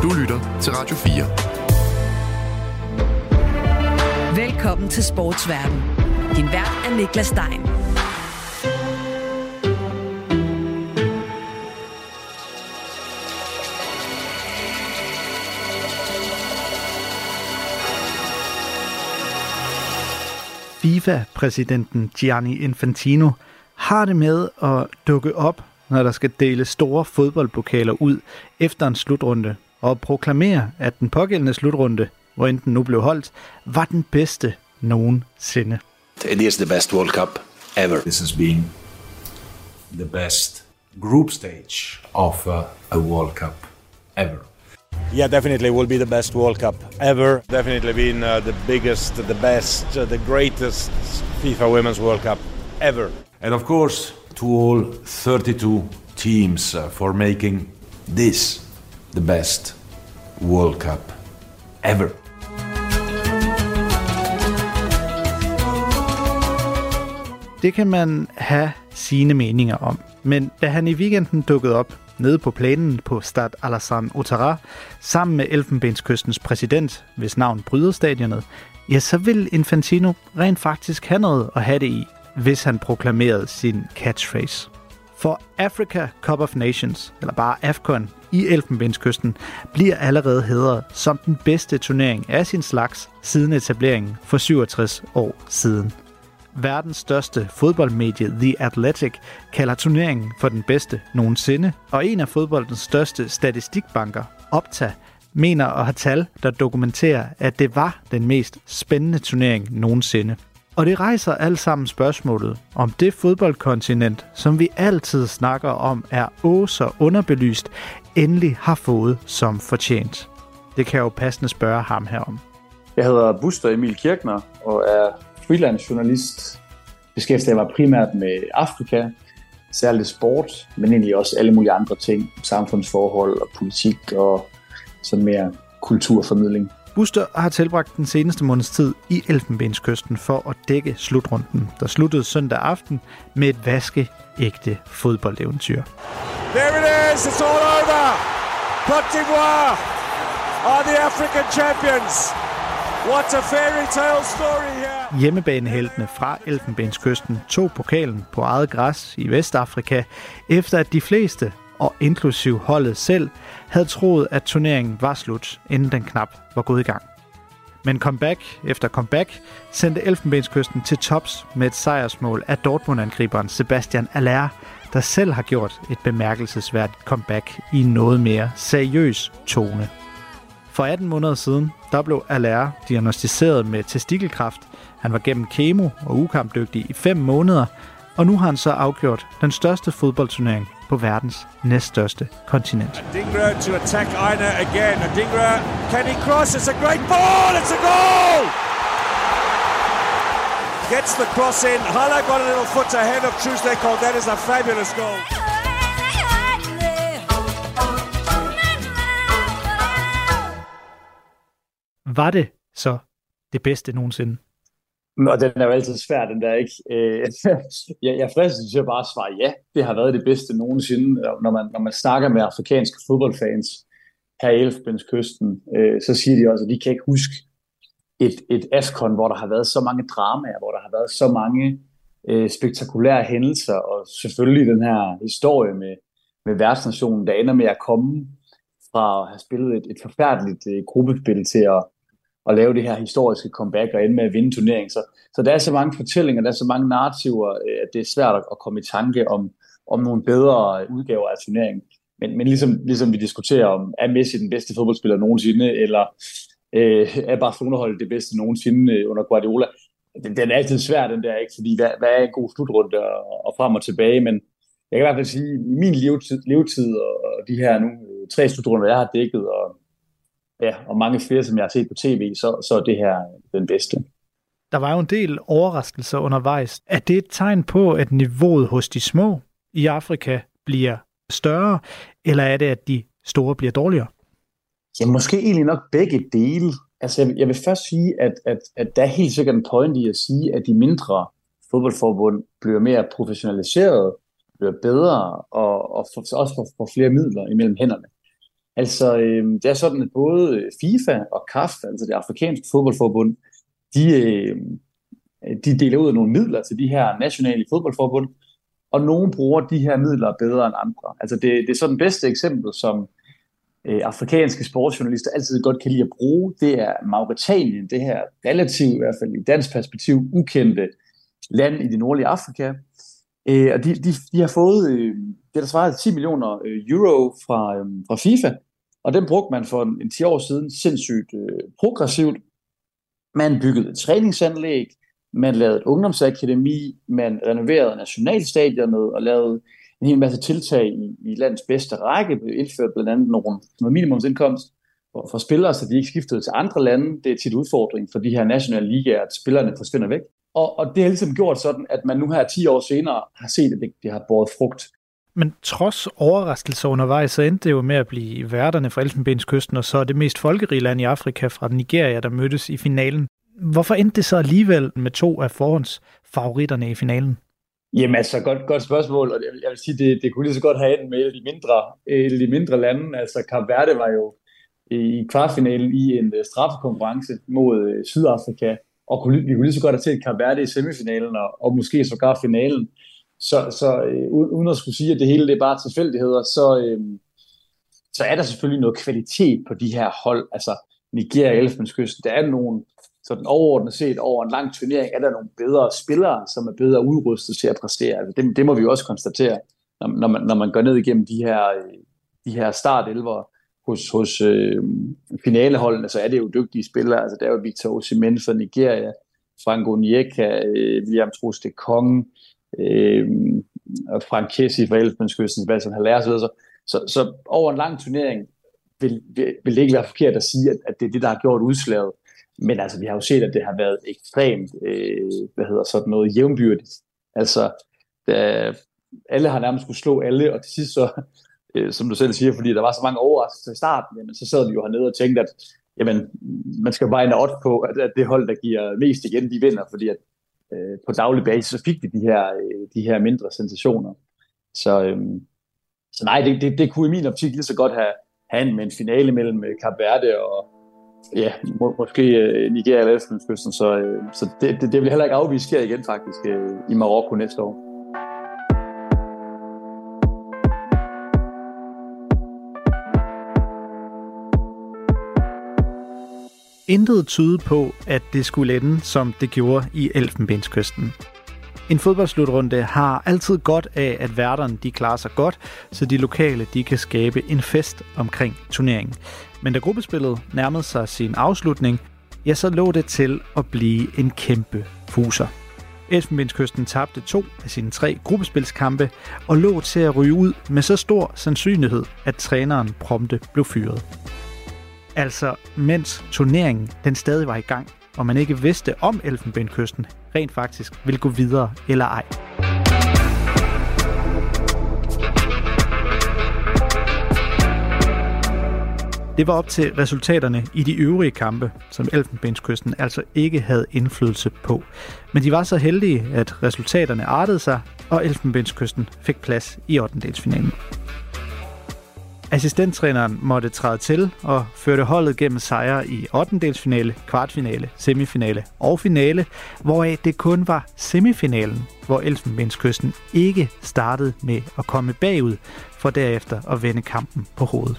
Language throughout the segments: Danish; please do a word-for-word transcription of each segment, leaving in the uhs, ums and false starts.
Du lytter til Radio fire. Velkommen til Sportsverden. Din vært er Niklas Stein. FIFA-præsidenten Gianni Infantino har det med at dukke op, når der skal dele store fodboldpokaler ud efter en slutrunde, og proklamere, at den pågældende slutrunde, hvor end den nu blev holdt, var den bedste nogensinde. It is the best World Cup ever. This has been the best group stage of uh, a World Cup ever. Yeah, definitely will be the best World Cup ever. Definitely been uh, the biggest, the best, uh, the greatest FIFA Women's World Cup ever. And of course, to all thirty-two teams uh, for making this the best World Cup ever. Det kan man have sine meninger om, men da han i weekenden dukkede op nede på planen på Stade Alassane Ouattara, sammen med Elfenbenskystens præsident, hvis navn bryder stadionet, ja, så vil Infantino rent faktisk have noget at have det i, hvis han proklamerede sin catchphrase. For Africa Cup of Nations, eller bare AFCON, i Elfenbenskysten, bliver allerede hædret som den bedste turnering af sin slags siden etableringen for syvogtres år siden. Verdens største fodboldmedie, The Athletic, kalder turneringen for den bedste nogensinde, og en af fodboldens største statistikbanker, Opta, mener at have tal, der dokumenterer, at det var den mest spændende turnering nogensinde. Og det rejser alt sammen spørgsmålet, om det fodboldkontinent, som vi altid snakker om, er åh så underbelyst, endelig har fået som fortjent. Det kan jeg jo passende spørge ham herom. Jeg hedder Buster Emil Kirchner og er freelance journalist. Beskæftiger mig primært med Afrika, særligt sport, men egentlig også alle mulige andre ting, samfundsforhold og politik og sådan mere kulturformidling. Buster har tilbragt den seneste måneds tid i Elfenbenskysten for at dække slutrunden, der sluttede søndag aften med et vaskeægte fodboldeventyr. There it is, it's all over. Côte d'Ivoire are the African champions. What a fairy tale story here. Hjemmebaneheltene fra Elfenbenskysten tog pokalen på eget græs i Vestafrika, efter at de fleste, og inklusiv holdet selv, havde troet, at turneringen var slut, inden den knap var gået i gang. Men comeback efter comeback sendte Elfenbenskysten til tops med et sejrsmål af Dortmund-angriberen Sebastian Haller, der selv har gjort et bemærkelsesværdigt comeback i en noget mere seriøs tone. For atten måneder siden, der blev Haller diagnosticeret med testikelkræft. Han var gennem kemo og ukampdygtig i fem måneder, og nu har han så afgjort den største fodboldturnering på verdens næststørste kontinent. Adingra to attack Aina again. Adingra, can he cross? It's a great ball. It's a goal. Gets the cross in. Haller got a little foot ahead of Tuesday-Cole. That is a fabulous goal. Var det så det bedste nogensinde? Og den er jo altid svær, den der, ikke? jeg, jeg fristes til at bare svare ja. Det har været det bedste nogensinde. Når man, når man snakker med afrikanske fodboldfans her i Elfenbenskysten, øh, så siger de også, at de kan ikke huske et, et AFCON, hvor der har været så mange dramaer, hvor der har været så mange øh, spektakulære hændelser, og selvfølgelig den her historie med, med værtsnationen, der ender med at komme fra at have spillet et, et forfærdeligt øh, gruppespil til at at lave det her historiske comeback og ende med at vinde turneringen. Så, så der er så mange fortællinger, der er så mange narrativer, at det er svært at komme i tanke om, om nogle bedre udgaver af turneringen. Men, men ligesom, ligesom vi diskuterer om, er Messi den bedste fodboldspiller nogensinde, eller øh, er Barcelona-holdet det bedste nogensinde under Guardiola? Den, den er altid svær, den der, ikke? Fordi hvad, hvad er en god slutrunde og, og frem og tilbage? Men jeg kan i hvert fald sige, at i min levetid, levetid og, og de her nu tre slutrunder, jeg har dækket, og ja, og mange flere, som jeg har set på tv, så, så er det her den bedste. Der var jo en del overraskelser undervejs. Er det et tegn på, at niveauet hos de små i Afrika bliver større, eller er det, at de store bliver dårligere? Ja, måske egentlig nok begge dele. Altså, jeg, jeg vil først sige, at, at, at der er helt sikkert en point i at sige, at de mindre fodboldforbund bliver mere professionaliseret, bliver bedre, og, og for, også får, får flere midler imellem hænderne. Altså, øh, det er sådan, at både FIFA og C A F, altså det afrikanske fodboldforbund, de, øh, de deler ud af nogle midler til de her nationale fodboldforbund, og nogen bruger de her midler bedre end andre. Altså, det, det er så den bedste eksempel, som øh, afrikanske sportsjournalister altid godt kan lide at bruge. Det er Mauretanien, det her relativt, i hvert fald i dansk perspektiv, ukendte land i det nordlige Afrika. Øh, og de, de, de har fået øh, det, der svarer til ti millioner euro fra, øh, fra FIFA, og den brugte man for en, en ti år siden sindssygt øh, progressivt. Man byggede et træningsanlæg, man lavede et ungdomsakademi, man renoverede nationalstadionet og lavede en hel masse tiltag i, i landets bedste række, indført blandt andet nogle, noget minimumsindkomst for, for spillere, så de ikke skiftede til andre lande. Det er tit udfordring for de her nationale ligaer, at spillerne forsvinder væk. Og, og det har ligesom gjort sådan, at man nu her ti år senere har set, at det, det har båret frugt. Men trods overraskelser undervejs, så endte det jo med at blive værterne for Elfenbenskysten, og så det mest folkerige land i Afrika fra Nigeria, der mødtes i finalen. Hvorfor endte det så alligevel med to af forhåndsfavoritterne i finalen? Jamen altså, godt, godt spørgsmål, og jeg vil sige, det, det kunne lige så godt have endt med de mindre, de mindre lande. Altså, Kap Verde var jo i kvartfinalen i en straffekonkurrence mod Sydafrika, og kunne, vi kunne lige så godt have set Kap Verde i semifinalen, og, og måske sågar finalen. Så, så øh, uden at skulle sige, at det hele det er bare tilfældigheder, så, øh, så er der selvfølgelig noget kvalitet på de her hold. Altså Nigeria og Elfenbenskysten, der er nogle, sådan overordnet set over en lang turnering, er der nogle bedre spillere, som er bedre udrustet til at præstere. Altså, det, det må vi jo også konstatere, når, når, man, når man går ned igennem de her, de her startelver hos, hos øh, finaleholdene, så er det jo dygtige spillere. Altså der er jo Victor Osimhen for Nigeria, Frank Onyeka, øh, William Troste Kong, Øh, og Frank Kessie for Elfenbenskysten, Sebastian Haller osv. Så, så, så over en lang turnering vil, vil, vil det ikke være forkert at sige, at, at det er det, der har gjort udslaget. Men altså, vi har jo set, at det har været ekstremt, øh, hvad hedder sådan noget, jævnbyrdigt. Altså, da alle har nærmest skulle slå alle, og til sidst så, øh, som du selv siger, fordi der var så mange overraskelser i starten, jamen, så sad vi jo hernede og tænkte, at jamen, man skal bare ind og odds på, at, at det hold, der giver mest igen, de vinder, fordi at på daglig basis, så fik vi de her, de her mindre sensationer. Så, øhm, så nej, det, det, det kunne i min optik lige så godt have, have en med en finale mellem Kap Verde og ja, må, måske Nigeria eller Elfenbenskysten. Så, øh, så det, det, det vil heller ikke afvise sker igen faktisk øh, i Marokko næste år. Intet tyder på, at det skulle ende, som det gjorde i Elfenbenskysten. En fodboldslutrunde har altid godt af, at værterne de klarer sig godt, så de lokale de kan skabe en fest omkring turneringen. Men da gruppespillet nærmede sig sin afslutning, ja, så lå det til at blive en kæmpe fuser. Elfenbenskysten tabte to af sine tre gruppespilskampe og lå til at ryge ud med så stor sandsynlighed, at træneren prompte blev fyret. Altså, mens turneringen den stadig var i gang, og man ikke vidste om Elfenbenskysten rent faktisk ville gå videre eller ej. Det var op til resultaterne i de øvrige kampe, som Elfenbenskysten altså ikke havde indflydelse på. Men de var så heldige, at resultaterne artede sig, og Elfenbenskysten fik plads i ottendedelsfinalen. Assistenttræneren måtte træde til og førte holdet gennem sejre i ottendedelsfinale, kvartfinale, semifinale og finale, hvoraf det kun var semifinalen, hvor Elfenbenskysten ikke startede med at komme bagud, for derefter at vende kampen på hovedet.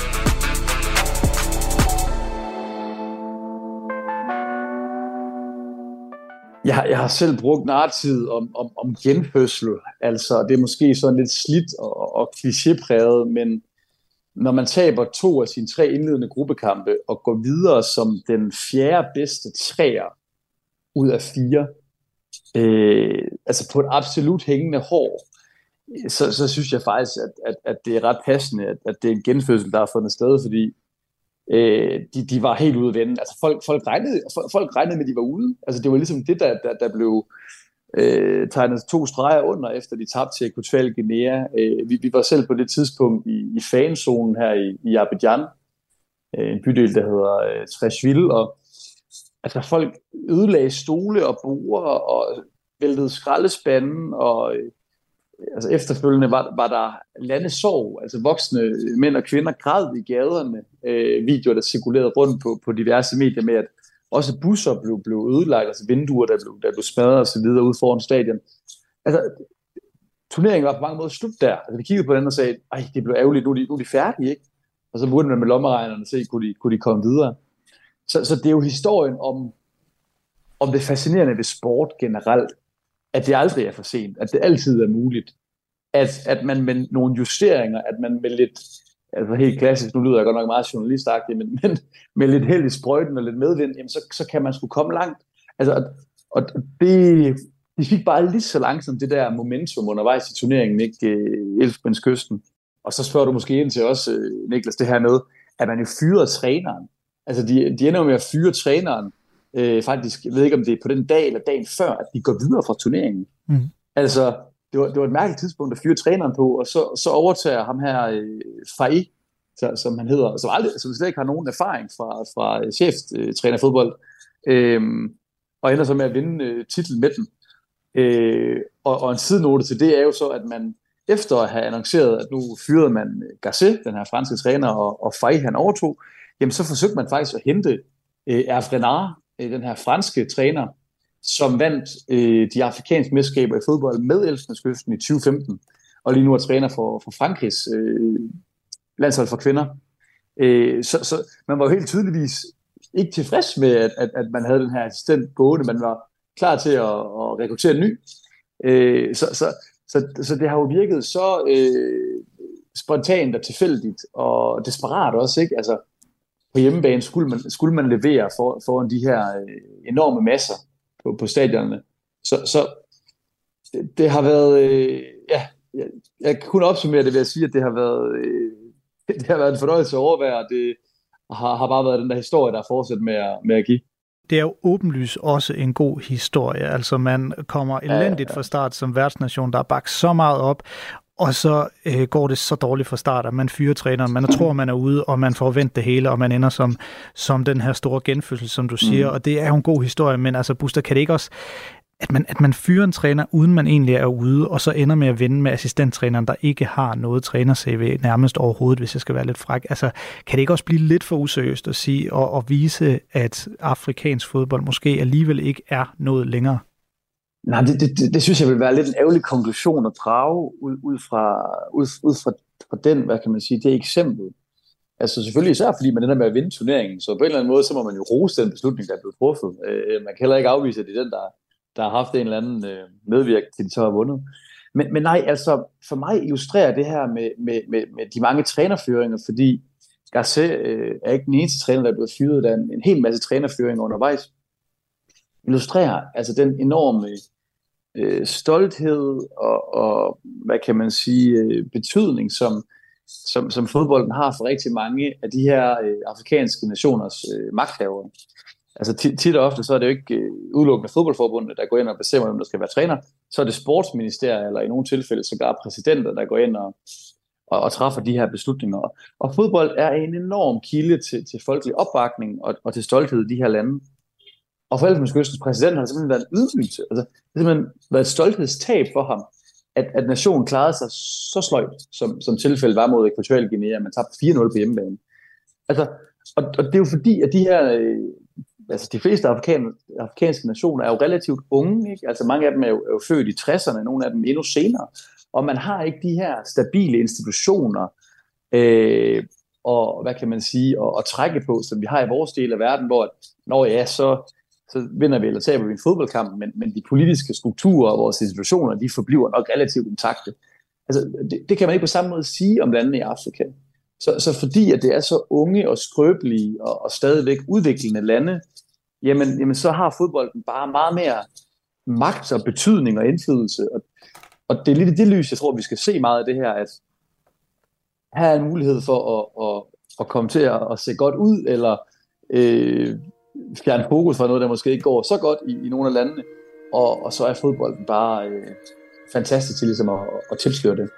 Jeg har, jeg har selv brugt narrativet om, om, om genfødsel. Altså, det er måske sådan lidt slidt og, og klichépræget, men når man taber to af sine tre indledende gruppekampe og går videre som den fjerde bedste træer ud af fire, øh, altså på et absolut hængende hår, så, så synes jeg faktisk, at, at, at det er ret passende, at, at det er en genfødsel, der har fundet sted, fordi øh, de, de var helt ude at vende. Altså folk, folk, regnede, folk regnede med, at de var ude. Altså det var ligesom det, der, der, der blev øh, tegnet to streger under, efter de tabte til Equatorial Guinea. Øh, vi, vi var selv på det tidspunkt i, i fanzonen her i, i Abidjan, øh, en bydel, der hedder øh, Treichville, og altså folk ødelagde stole og borde og væltede skraldespanden og øh, altså efterfølgende var, var der landesorg, altså voksne mænd og kvinder græd i gaderne, øh, videoer, der cirkulerede rundt på, på diverse medier med, at også busser blev, blev ødelagt, altså vinduer, der blev, der blev smadret og så videre ude foran stadion. Altså, turneringen var på mange måder slut der. Altså, vi kiggede på den og sagde, ej, det blev ærgerligt, nu er de, nu er de færdige, ikke? Og så burde man med lommeregnerne se, kunne de, kunne de komme videre. Så, så det er jo historien om, om det fascinerende ved sport generelt, at det aldrig er for sent, at det altid er muligt, at, at man med nogle justeringer, at man med lidt, altså helt klassisk, nu lyder jeg godt nok meget journalistagtigt, men, men med lidt held i sprøjten og lidt medvind, jamen så, så kan man sgu komme langt. Altså, og, og det, de fik bare lige så langsomt det der momentum undervejs i turneringen, ikke, Elfenbenskysten. Og så spørger du måske ind til os, Niklas, det her med, at man jo fyrer træneren. Altså, de, de ender jo med at fyre træneren, øh, faktisk, jeg ved ikke, om det er på den dag eller dagen før, at de går videre fra turneringen. Mm. Altså, det var, det var et mærkeligt tidspunkt at fyre træneren på, og så, så overtager ham her, øh, Faye, så, som han hedder, som, aldrig, som slet ikke har nogen erfaring fra, fra cheftræner fodbold, øh, og ender så med at vinde øh, titlen med den. Øh, og, og en sidenote til det er jo så, at man efter at have annonceret, at nu fyrede man Garcet, den her franske træner, og, og Faye han overtog, jamen så forsøgte man faktisk at hente øh, Hervé Renard, øh, den her franske træner, som vandt øh, de afrikanske mesterskaber i fodbold med Elfenbenskysten i tyve femten, og lige nu er træner for, for Frankrigs øh, landshold for kvinder. Øh, så, så man var jo helt tydeligvis ikke tilfreds med, at, at, at man havde den her assistent gående, man var klar til at, at rekruttere en ny. Øh, så, så, så, så det har jo virket så øh, spontant og tilfældigt, og desperat også, ikke? Altså, på hjemmebane skulle man, skulle man levere for, foran de her øh, enorme masser på, på stadionerne. Så, så det, det har været, øh, ja, jeg, jeg kan kun opsummere det ved at sige, at det har været, øh, det har været en fornøjelse at overvære, og det har, har bare været den der historie, der er fortsat med at, med at give. Det er jo åbenlyst også en god historie. Altså man kommer elendigt ja, ja. fra start som værtsnation, der er bagt så meget op, og så øh, går det så dårligt fra start, at man fyrer træneren, man tror, man er ude, og man får vendt det hele, og man ender som, som den her store genfødsel, som du siger, mm. og det er jo en god historie, men altså Buster, kan det ikke også, at man, at man fyrer en træner, uden man egentlig er ude, og så ender med at vinde med assistenttræneren, der ikke har noget træner-C V nærmest overhovedet, hvis jeg skal være lidt fræk. Altså, kan det ikke også blive lidt for useriøst at sige, og, og vise, at afrikansk fodbold måske alligevel ikke er noget længere? Nej, det, det, det synes jeg vil være lidt en ærgerlig konklusion at drage ud, ud, fra, ud, ud fra, fra den, hvad kan man sige, det eksempel. Altså selvfølgelig især fordi man ender med at vinde turneringen, så på en eller anden måde, så må man jo rose den beslutning, der er blevet truffet. Øh, man kan heller ikke afvise, at det er den, der, der har haft en eller anden øh, medvirk til, de så har vundet. Men, men nej, altså for mig illustrerer det her med, med, med, med de mange trænerføringer, fordi Garcet øh, er ikke den eneste træner, der er blevet fyret, der er en, en hel masse trænerføringer undervejs. Illustrerer altså den enorme øh, stolthed og, og, hvad kan man sige, øh, betydning, som, som, som fodbolden har for rigtig mange af de her øh, afrikanske nationers øh, magthavere. Altså tit, tit og ofte, så er det jo ikke øh, udelukkende fodboldforbundet, der går ind og bestemmer, hvem der skal være træner. Så er det sportsministerier, eller i nogle tilfælde sågar præsidenter, der går ind og, og, og træffer de her beslutninger. Og fodbold er en enorm kilde til, til folkelig opbakning og, og til stolthed i de her lande. Og for Elfenbenskystens præsident har det simpelthen været en ydmygelse. Altså, det har simpelthen været et stolthedstab for ham, at, at nationen klarede sig så sløjt, som, som tilfældet var mod Ækvatorial Guinea, at man tabte fire nul på hjemmebane. Altså, og, og det er jo fordi, at de her, øh, altså de fleste afrikan, afrikanske nationer er jo relativt unge, ikke? Altså mange af dem er jo, er jo født i tresserne, nogle af dem endnu senere, og man har ikke de her stabile institutioner, øh, og hvad kan man sige, og, og trække på, som vi har i vores del af verden, hvor når ja, så så vinder vi eller taber vi en fodboldkamp, men, men de politiske strukturer og vores institutioner, de forbliver nok relativt intakte. Altså, det, det kan man ikke på samme måde sige om landene i Afrika. Så, så fordi at det er så unge og skrøbelige og, og stadigvæk udviklende lande, jamen, jamen så har fodbolden bare meget mere magt og betydning og indflydelse. Og, og det er lidt i det lys, jeg tror, vi skal se meget af det her, at her er en mulighed for at, at, at komme til at, at se godt ud, eller øh, fjerne fokus fra noget, der måske ikke går så godt i, i nogle af landene, og, og så er fodbolden bare øh, fantastisk til ligesom at, at tilsløre det.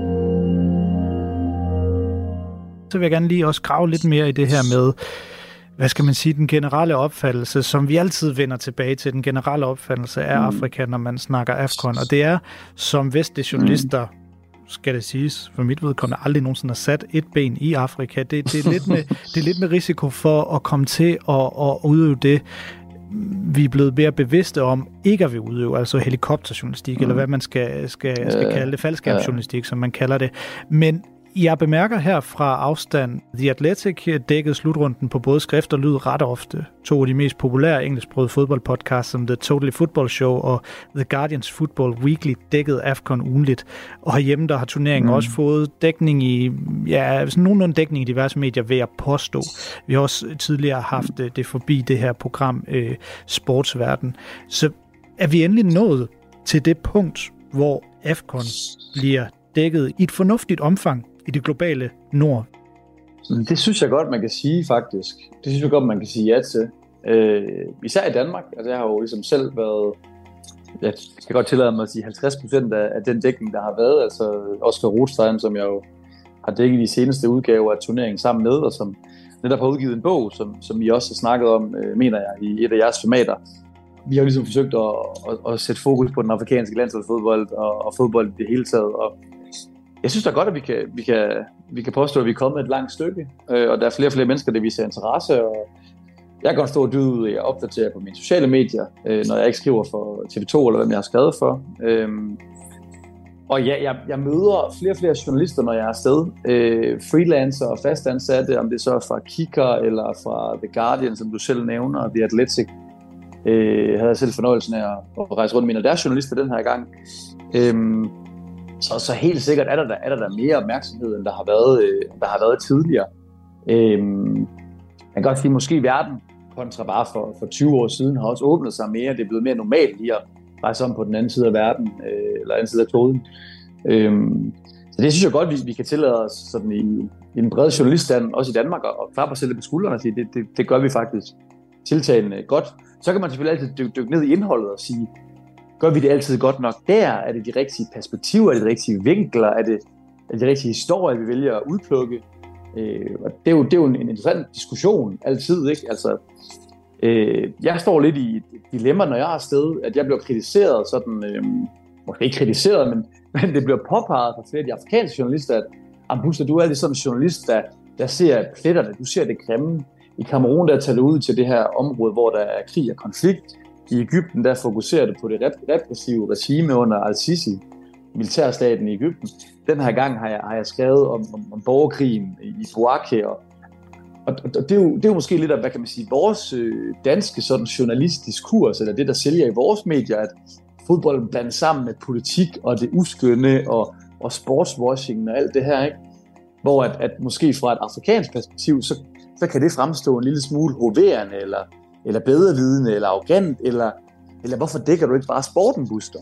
Så vil jeg gerne lige også grave lidt mere i det her med, hvad skal man sige, den generelle opfattelse, som vi altid vender tilbage til, den generelle opfattelse af mm. Afrika, når man snakker AFCON. Og det er, som vestlige journalister, mm. skal det siges, for mit vedkommende aldrig nogensinde har sat et ben i Afrika. Det, det, er, lidt med, det er lidt med risiko for at komme til at, at udøve det, vi er blevet mere bevidste om, ikke at vi udøve, altså helikopterjournalistik, mm. eller hvad man skal, skal, skal kalde det, faldskærmsjournalistik, som man kalder det. Men jeg bemærker her fra afstand, The Athletic dækkede slutrunden på både skrift og lyd ret ofte. To af de mest populære engelsksprogede fodboldpodcasts, som The Totally Football Show og The Guardian's Football Weekly, dækkede AFCON ugenligt. Og herhjemme, der har turneringen mm. også fået dækning i, ja, sådan nogenlunde dækning i diverse medier, ved at påstå. Vi har også tidligere haft det forbi det her program, øh, Sportsverden. Så er vi endelig nået til det punkt, hvor AFCON bliver dækket i et fornuftigt omfang i det globale nord? Det synes jeg godt, man kan sige, faktisk. Det synes jeg godt, man kan sige ja til. Øh, især i Danmark. Altså, jeg har jo ligesom selv været, jeg skal godt tillade mig at sige, halvtreds procent af, af den dækning, der har været. Altså Oscar Rothstein, som jeg jo har dækket de seneste udgaver af turneringen sammen med, og som netop har udgivet en bog, som, som I også har snakket om, øh, mener jeg, i et af jeres formater. Vi har jo ligesom forsøgt at, at, at sætte fokus på den afrikanske landsholdsfodbold og, og fodbold i det hele taget, og jeg synes da godt, at vi kan, vi kan, vi kan påstå, at vi er kommet et langt stykke, øh, og der er flere og flere mennesker, der viser interesse, og jeg kan godt stå og dyde ud, jeg opdaterer på mine sociale medier, øh, når jeg ikke skriver for T V to, eller hvem jeg har skrevet for. Øh, og ja, jeg, jeg møder flere og flere journalister, når jeg er afsted. Øh, freelancer og fastansatte, om det så er fra Kicker eller fra The Guardian, som du selv nævner, og The Athletic. Øh, havde jeg selv fornøjelsen af at rejse rundt med en af deres journalister den her gang. Øh, Så, så helt sikkert er der, er der der mere opmærksomhed, end der har været, øh, der har været tidligere. Øhm, man kan godt sige, at måske verden kontra bare for, for tyve år siden har også åbnet sig mere. Det er blevet mere normalt lige at rejse om på den anden side af verden, øh, eller anden side af kloden. Øhm, så det synes jeg godt, vi, vi kan tillade os sådan i, i den brede journaliststand, også i Danmark, og klappe os selv på skuldrene og sige, det, det, det gør vi faktisk tiltagende godt. Så kan man selvfølgelig altid dykke, dykke ned i indholdet og sige, gør vi det altid godt nok der? Er det de rigtige perspektiver? Er det de rigtige vinkler? Er det, er det de rigtige historier, vi vælger at udplukke? Øh, og det er jo, det er jo en interessant diskussion altid, ikke? Altså, øh, jeg står lidt i et dilemma, når jeg er afsted, at jeg bliver kritiseret sådan, øh, måske ikke kritiseret, men, men det bliver påpeget fra flere af de afrikanske journalister, at Ambusta, du er altid sådan en journalist, der, der ser pletterne, du ser det grimme. I Kamerun, der tager ud til det her område, hvor der er krig og konflikt. I Egypten, der fokuserer det på det repressive regime under Al-Sisi, militærstaten i Egypten. Den her gang har jeg, har jeg skrevet om, om, om borgerkrigen i Bouake, og, og, og det, er jo, det er jo måske lidt af, hvad kan man sige, vores øh, danske sådan journalistdiskurs, eller det, der sælger i vores medier, at fodbolden blandes sammen med politik og det uskønne og, og sportswashingen og alt det her, ikke? Hvor at, at måske fra et afrikansk perspektiv, så, så kan det fremstå en lille smule hoverende, eller eller bedrevidende, eller arrogant, eller, eller hvorfor dækker du ikke bare sporten, Buster?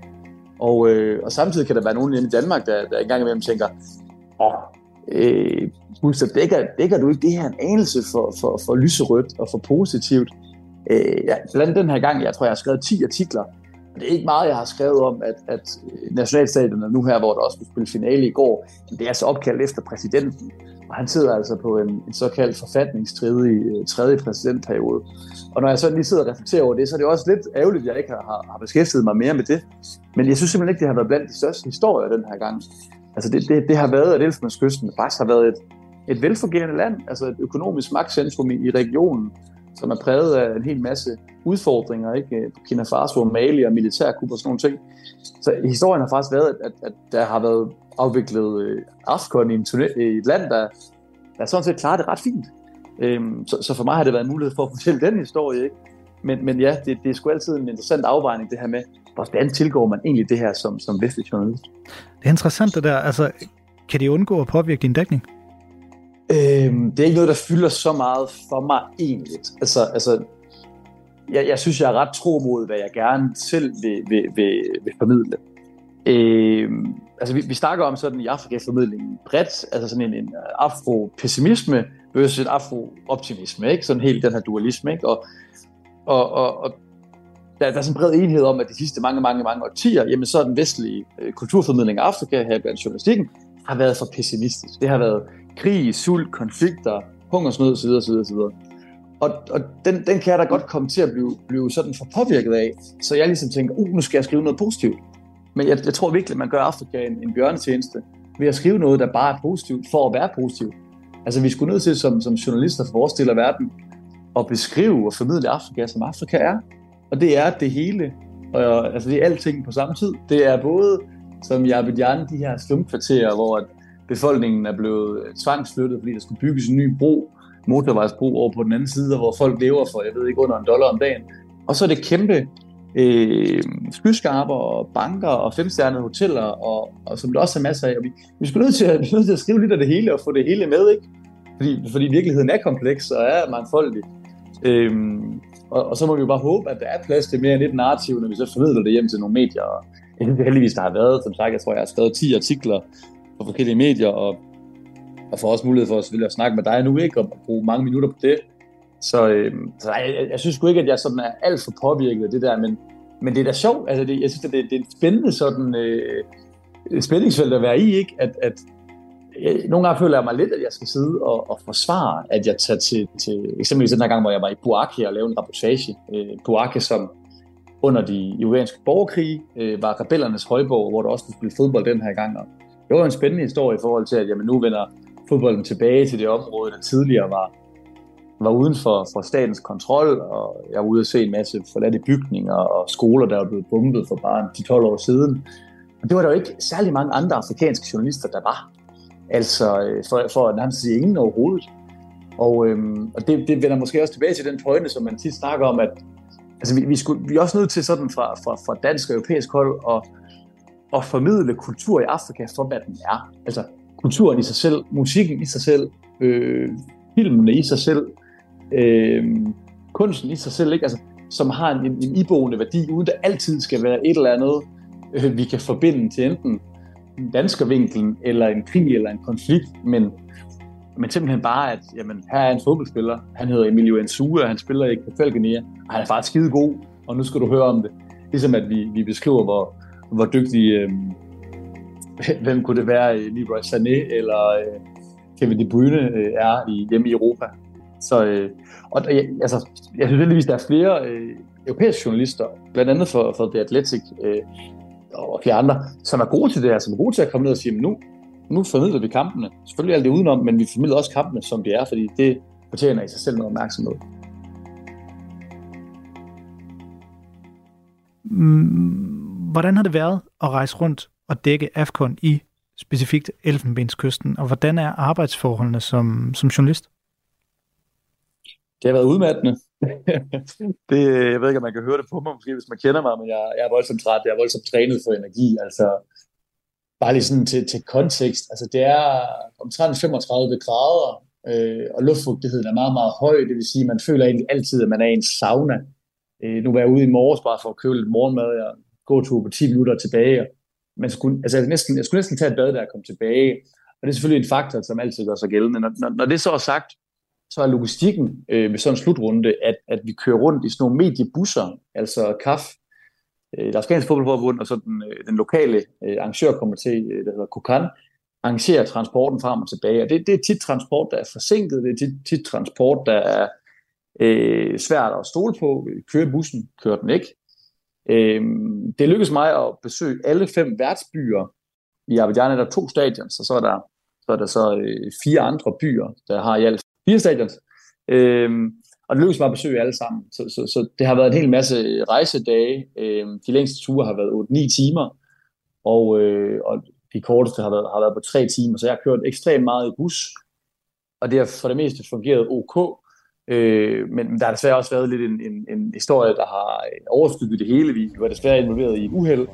Og, øh, og samtidig kan der være nogen hjemme i Danmark, der, der engang imellem tænker, åh, øh, Buster, dækker, dækker du ikke det her en anelse for, for, for lyserødt og for positivt? Øh, ja, blandt den her gang, jeg tror, jeg har skrevet ti artikler, og det er ikke meget, jeg har skrevet om, at, at nationalstaterne nu her, hvor der også blev spillet finale i går, det er altså opkaldt efter præsidenten. Og han sidder altså på en, en såkaldt forfatningsstridig tredje præsidentperiode. Og når jeg så lige sidder og reflekterer over det, så er det også lidt ærgerligt, at jeg ikke har, har beskæftiget mig mere med det. Men jeg synes simpelthen ikke, det har været blandt de største historier den her gang. Altså det, det, det har været, at Elfenbenskysten faktisk har været et, et velfungerende land, altså et økonomisk magtcentrum i, i regionen, som er præget af en hel masse udfordringer, ikke? Burkina Faso, Mali og militærkup og sådan nogle ting. Så historien har faktisk været, at, at der har været afviklet øh, AFCON i, en turné, i et land, der, der sådan set klarer det ret fint. Øhm, så, så for mig har det været en mulighed for at fortælle den historie, ikke? Men, men ja, det, det er sgu altid en interessant afvejning, det her med, hvordan tilgår man egentlig det her som, som vestlig journalist. Det er interessant det der. Altså, kan de undgå at påvirke din dækning? Øhm, det er ikke noget, der fylder så meget for mig egentlig. Altså, altså jeg, jeg synes, jeg er ret tro mod, hvad jeg gerne selv vil, vil, vil, vil formidle. Øhm, altså, vi, vi snakker om sådan i Afrika-formidlingen bredt, altså sådan en, en afro-pessimisme versus en afro-optimisme, ikke? Sådan helt den her dualisme, ikke? Og, og, og, og der, der er sådan en bred enighed om, at de sidste mange, mange, mange årtier, jamen så er den vestlige øh, kulturformidling af Afrika, her blandt journalistikken, har været for pessimistisk. Det har været krig, sult, konflikter, hungersnød osv. osv., osv. og, og den, den kan jeg da godt komme til at blive, blive sådan for påvirket af. Så jeg ligesom tænker, uh, nu skal jeg skrive noget positivt. Men jeg, jeg tror virkelig, at man gør Afrika en, en bjørnetjeneste ved at skrive noget, der bare er positivt, for at være positivt. Altså vi skulle nødt til som, som journalister for vores del af verden at beskrive og formidle Afrika, som Afrika er. Og det er det hele. Og, altså det er alting på samme tid. Det er både som i Abidjan, de her slumkvarterer, hvor befolkningen er blevet tvangsflyttet, fordi der skulle bygges en ny bro, motorvejsbro over på den anden side, hvor folk lever for, jeg ved ikke, under en dollar om dagen. Og så er det kæmpe øh, skyskraber og banker og femstjernede hoteller, og, og som der også er masser af. Vi, vi skulle nødt til, at, nødt til at skrive lidt af det hele og få det hele med, ikke? Fordi, fordi virkeligheden er kompleks og er mangfoldig. Øhm, og, og så må vi jo bare håbe, at der er plads til mere end et narrativ, når vi så formidler det hjem til nogle medier. Og jeg synes heldigvis, der har været, som sagt, jeg tror, jeg har skrevet ti artikler på forskellige medier, og, og får også mulighed for at, at snakke med dig nu, ikke? Og bruge mange minutter på det. Så, øhm, så jeg, jeg, jeg synes sgu ikke, at jeg sådan er alt for påvirket af det der, men, men det er da sjovt. Altså det, jeg synes, at det, det er et spændende sådan, øh, spændingsfelt at være i, ikke? At, at jeg, nogle gange føler jeg mig lidt, at jeg skal sidde og, og forsvare, at jeg tager til, til eksempelvis den her gang, hvor jeg var i Bouake og lavede en reportage. Øh, Bouake, som under de ivorianske borgerkrige øh, var rebellernes højborg, hvor der også skulle spille fodbold den her gang. Og det var en spændende historie i forhold til, at jamen, nu vender fodbolden tilbage til det område, der tidligere var, var uden for, for statens kontrol, og jeg var ude at se en masse forladte bygninger og skoler, der var blevet bombet for bare ti til tolv år siden. Og det var der jo ikke særlig mange andre afrikanske journalister, der var. Altså for, for at nærmest sige ingen overhovedet. Og, øhm, og det, det vender måske også tilbage til den pointe, som man tit snakker om, at altså, vi, vi, skulle, vi er også nødt til sådan fra, fra, fra dansk og europæisk hold at, at formidle kultur i Afrika for, hvad den er. Altså kulturen i sig selv, musikken i sig selv, øh, filmene i sig selv, øh, kunsten i sig selv, ikke? Altså, som har en, en iboende værdi, uden der altid skal være et eller andet, øh, vi kan forbinde til enten danskervinklen, eller en krig, eller en konflikt, men, men simpelthen bare, at jamen, her er en fodboldspiller, han hedder Emilio Nsue, han spiller i Kefalgenia, og han er faktisk skide god, og nu skal du høre om det. Ligesom at vi, vi beskriver, hvor, hvor dygtig, øh, hvem kunne det være, Leroy Sané, eller øh, Kevin De Bruyne øh, er i, hjemme i Europa. Så, øh, og altså, jeg synes heldigvis, der er flere øh, europæiske journalister, blandt andet for, for The Athletic, øh, og flere andre, som er gode til det her, som er gode til at komme ned og sige, nu, nu formidler vi kampene. Selvfølgelig alt det udenom, men vi formidler også kampene, som de er, fordi det fortjener i sig selv noget opmærksomhed. Hvordan har det været at rejse rundt og dække AFCON i specifikt Elfenbenskysten, og hvordan er arbejdsforholdene som, som journalist? Det har været udmattende. det, jeg ved ikke, om man kan høre det på mig, måske, hvis man kender mig, men jeg, jeg er voldsomt træt, jeg er voldsomt trænet for energi. Altså, bare lige sådan til, til kontekst. Altså, det er omtrent femogtredive grader, øh, og luftfugtigheden er meget, meget høj. Det vil sige, at man føler egentlig altid, at man er i en sauna. Øh, nu var jeg ude i morges bare for at købe lidt morgenmad. Jeg gåtur på ti minutter tilbage. Man skulle, altså, jeg, næsten, jeg skulle næsten tage et bad, da jeg kom tilbage. Og det er selvfølgelig en faktor, som altid gør sig gældende. Når, når, når det så er sagt, så er logistikken øh, ved sådan en slutrunde, at, at vi kører rundt i sådan nogle mediebusser, altså C A F, øh, det afghanske fodboldforbund, og så den, øh, den lokale øh, arrangørkomité, øh, der hedder Kokan, arrangerer transporten frem og tilbage. Og det, det er tit transport, der er forsinket, det er tit, tit transport, der er øh, svært at stole på. Kører bussen, kører den ikke. Øh, det lykkedes mig at besøge alle fem værtsbyer. I Abidjan er der to stadions, og så er der så, er der så øh, fire andre byer, der har i alt fire stadions. Øhm, og det lykkedes mig at besøge alle sammen. Så, så, så det har været en hel masse rejsedage. Øhm, de længste ture har været otte ni timer, og, øh, og de korteste har været, har været på tre timer. Så jeg har kørt ekstremt meget i bus, og det har for det meste fungeret ok. Øh, men der har desværre også været lidt en, en, en historie, der har overskygget det hele. Vi var desværre involveret i et uheld.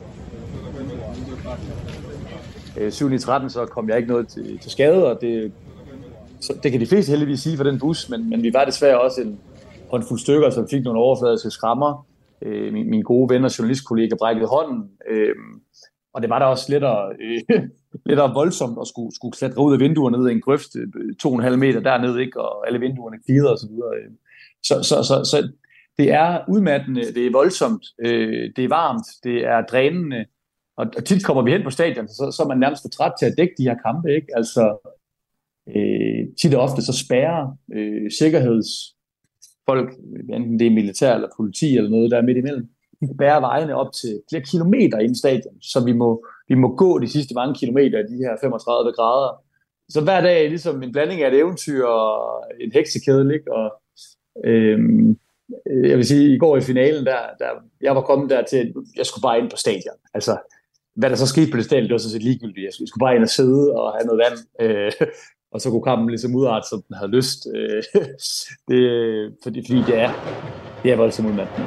Øh, syv ni tretten, så kom jeg ikke noget til, til skade, og det Så det kan de fleste heldigvis sige for den bus, men, men vi var desværre også en håndfuld stykker, som fik nogle overfladiske skrammer. Øh, min, min gode ven og journalistkollega brækkede hånden, øh, og det var da også lettere, øh, lettere voldsomt at skulle, skulle klatre ud af vinduerne ned i en grøft, to og en halv meter dernede, ikke, og alle vinduerne klirrede og så videre. Så, så, så, så det er udmattende, det er voldsomt, øh, det er varmt, det er drænende, og, og tit kommer vi hen på stadion, så, så er man nærmest for træt til at dække de her kampe, ikke? Altså, Øh, tit og ofte så spærrer øh, sikkerheds folk, enten det er militær eller politi eller noget, der er midt imellem, de bærer vejene op til flere kilometer ind i stadion, så vi må, vi må gå de sidste mange kilometer i de her femogtredive grader. Så hver dag er ligesom en blanding af et eventyr og en heksekedel, ikke? Og øhm, jeg vil sige, i går i finalen, der, der, jeg var kommet der til, at jeg skulle bare ind på stadion. Altså, hvad der så skete på det stadion, det var så set ligegyldigt. Jeg skulle, jeg skulle bare ind og sidde og have noget vand, øh, og så kunne kampen ligesom udarte, som den havde lyst. Øh, det, fordi, fordi det er, det er voldsomt udmattende.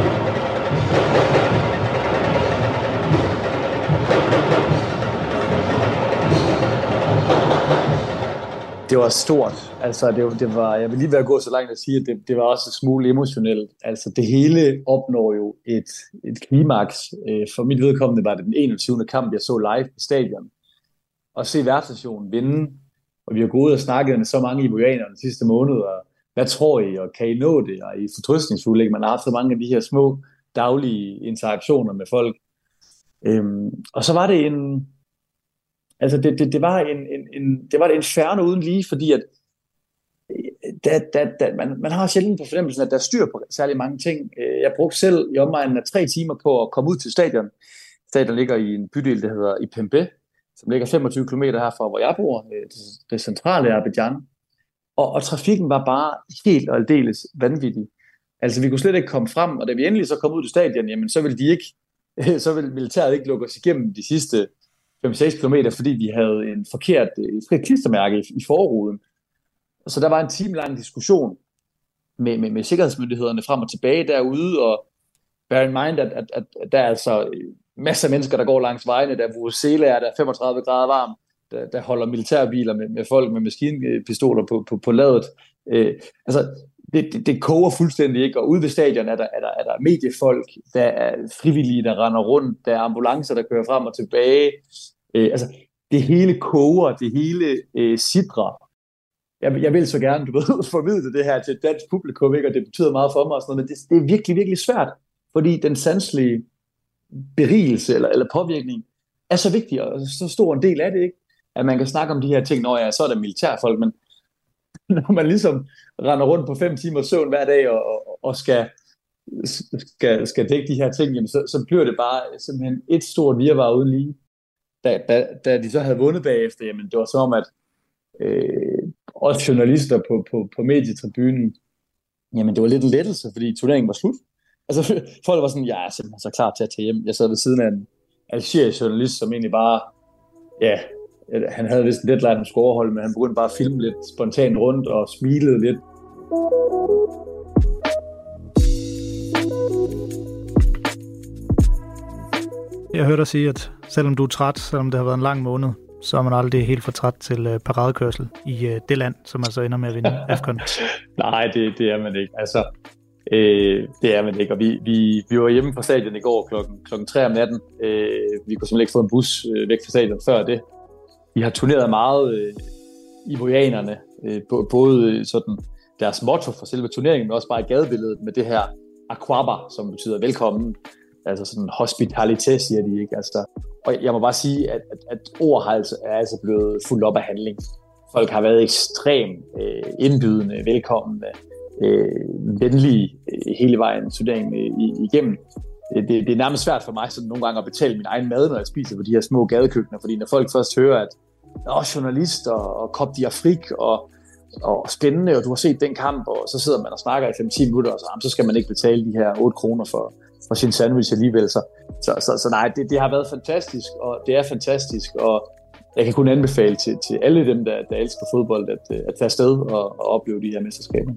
Det var stort. Altså, det, det var, jeg vil lige være gået så langt at sige, at det, det var også en smule emotionelt. Altså, det hele opnår jo et, et klimaks. For mit vedkommende var det den enogtyvende kamp, jeg så live på stadion. Og se verdensnationen vinde. Og vi har gået ud og snakket med så mange ivoirianere de sidste måneder. Hvad tror I, og kan I nå det? Og I er fortrøstningsfulde, ikke? Man har haft så mange af de her små daglige interaktioner med folk. Øhm, og så var det en... Altså, det, det, det, var en, en, en, det var et inferno uden lige, fordi at da, da, da, man, man har sjældent på fornemmelsen, at der er styr på særlig mange ting. Jeg brugte selv i omegnen af tre timer på at komme ud til stadion. Stadion ligger i en bydel, der hedder Ipembe, som ligger femogtyve kilometer herfra, hvor jeg bor, det, det centrale Abidjan. Og, og trafikken var bare helt og aldeles vanvittig. Altså, vi kunne slet ikke komme frem, og da vi endelig så kom ud til stadion, jamen, så ville de ikke, så ville militæret ikke lukke os igennem de sidste fem til seks kilometer, fordi vi havde en forkert et klistermærke i, i forruden. Så der var en timelang diskussion med, med, med sikkerhedsmyndighederne frem og tilbage derude, og bear in mind, at, at, at, at der er altså masser af mennesker, der går langs vejene, der Vuvuzela er, der er femogtredive grader varm, der, der holder militærbiler med, med folk med maskinpistoler på, på, på ladet. Øh, altså, det, det, det koger fuldstændig, ikke? Og ude ved stadion er der, er, der, er der mediefolk, der er frivillige, der render rundt, der er ambulancer, der kører frem og tilbage. Øh, altså, det hele koger, det hele øh, sidrer. Jeg, jeg vil så gerne, du ved, formidle det her til et dansk publikum, ikke? Og det betyder meget for mig og sådan noget, men det, det er virkelig, virkelig svært, fordi den sanselige berigelse eller, eller påvirkning er så vigtig, og så stor en del af det, ikke? At man kan snakke om de her ting, når ja, så er der militærfolk, men når man ligesom render rundt på fem timer søvn hver dag og, og, og skal, skal, skal dække de her ting, jamen, så, så bliver det bare simpelthen et stort virvar uden lige. Da, da, da de så havde vundet bagefter, jamen det var som om, at øh, også journalister på, på, på medietribunen, jamen det var lidt en lettelse, fordi turneringen var slut. Altså folk var sådan, jeg er simpelthen så klar til at tage hjem. Jeg sad ved siden af en algerisk journalist, som egentlig bare, ja, han havde vist en deadline, han skulle overholde, men han begyndte bare at filme lidt spontant rundt og smilede lidt. Jeg hørte dig sige, at selvom du er træt, selvom det har været en lang måned, så er man aldrig helt for træt til uh, paradekørsel i uh, det land, som altså ender med at vinde AFCON. Nej, det, det er man ikke. Altså, øh, det er man ikke. Og vi, vi, vi var hjemme fra stadion i går klokken, klokken tre om natten. Øh, vi kunne simpelthen ikke få en bus øh, væk fra stadion før det. Vi har turneret meget øh, ivorianerne, øh, både sådan deres motto for selve turneringen, men også bare i gadebilledet med det her Akwaba, som betyder velkommen. Altså sådan hospitalité, siger de, ikke? Altså, og jeg må bare sige, at, at, at ord har altså, er altså blevet fuldt op af handling. Folk har været ekstremt øh, indbydende, velkomne, øh, venlige øh, hele vejen turneringen øh, igennem. Det, det er nærmest svært for mig sådan nogle gange at betale min egen mad, når jeg spiser på de her små gadekøkkener, fordi når folk først hører, at der er journalister og Coupe d'Afrique og, og spændende, og du har set den kamp, og så sidder man og snakker i fem til ti minutter, og så, så skal man ikke betale de her otte kroner for, for sin sandwich alligevel. Så, så, så, så nej, det, det har været fantastisk, og det er fantastisk, og jeg kan kun anbefale til, til alle dem, der, der elsker fodbold, at, at tage afsted og, og opleve de her mesterskaber.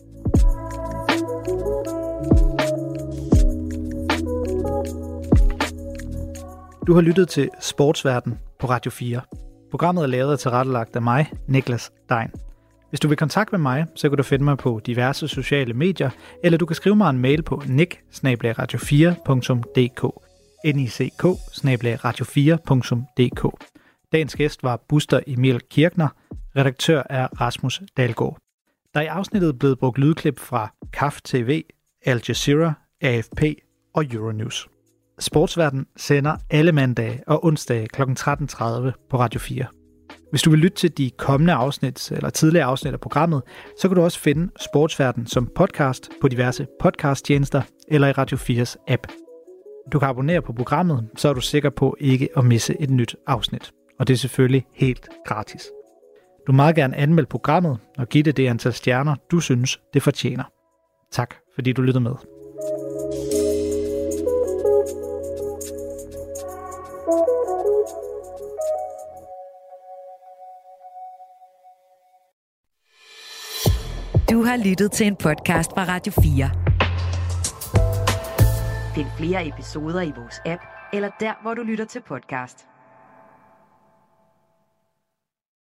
Du har lyttet til Sportsverden på Radio fire. Programmet er lavet og tilrettelagt af mig, Niklas Dein. Hvis du vil kontakte med mig, så kan du finde mig på diverse sociale medier, eller du kan skrive mig en mail på nick bindestreg radio fire punktum d k. n i c k bindestreg radio fire punktum d k. Dagens gæst var Buster Emil Kirchner, redaktør er Rasmus Dalgaard. Der er i afsnittet blevet brugt lydklip fra C A F T V, Al Jazeera, A F P og Euronews. Sportsverden sender alle mandage og onsdage klokken tretten tredive på Radio fire. Hvis du vil lytte til de kommende afsnit eller tidligere afsnit af programmet, så kan du også finde Sportsverden som podcast på diverse podcasttjenester eller i Radio fires app. Du kan abonnere på programmet, så er du sikker på ikke at misse et nyt afsnit. Og det er selvfølgelig helt gratis. Du må meget gerne anmelde programmet og give det det antal stjerner, du synes, det fortjener. Tak, fordi du lyttede med. Du har lyttet til en podcast fra Radio fire. Find flere episoder i vores app, eller der, hvor du lytter til podcast.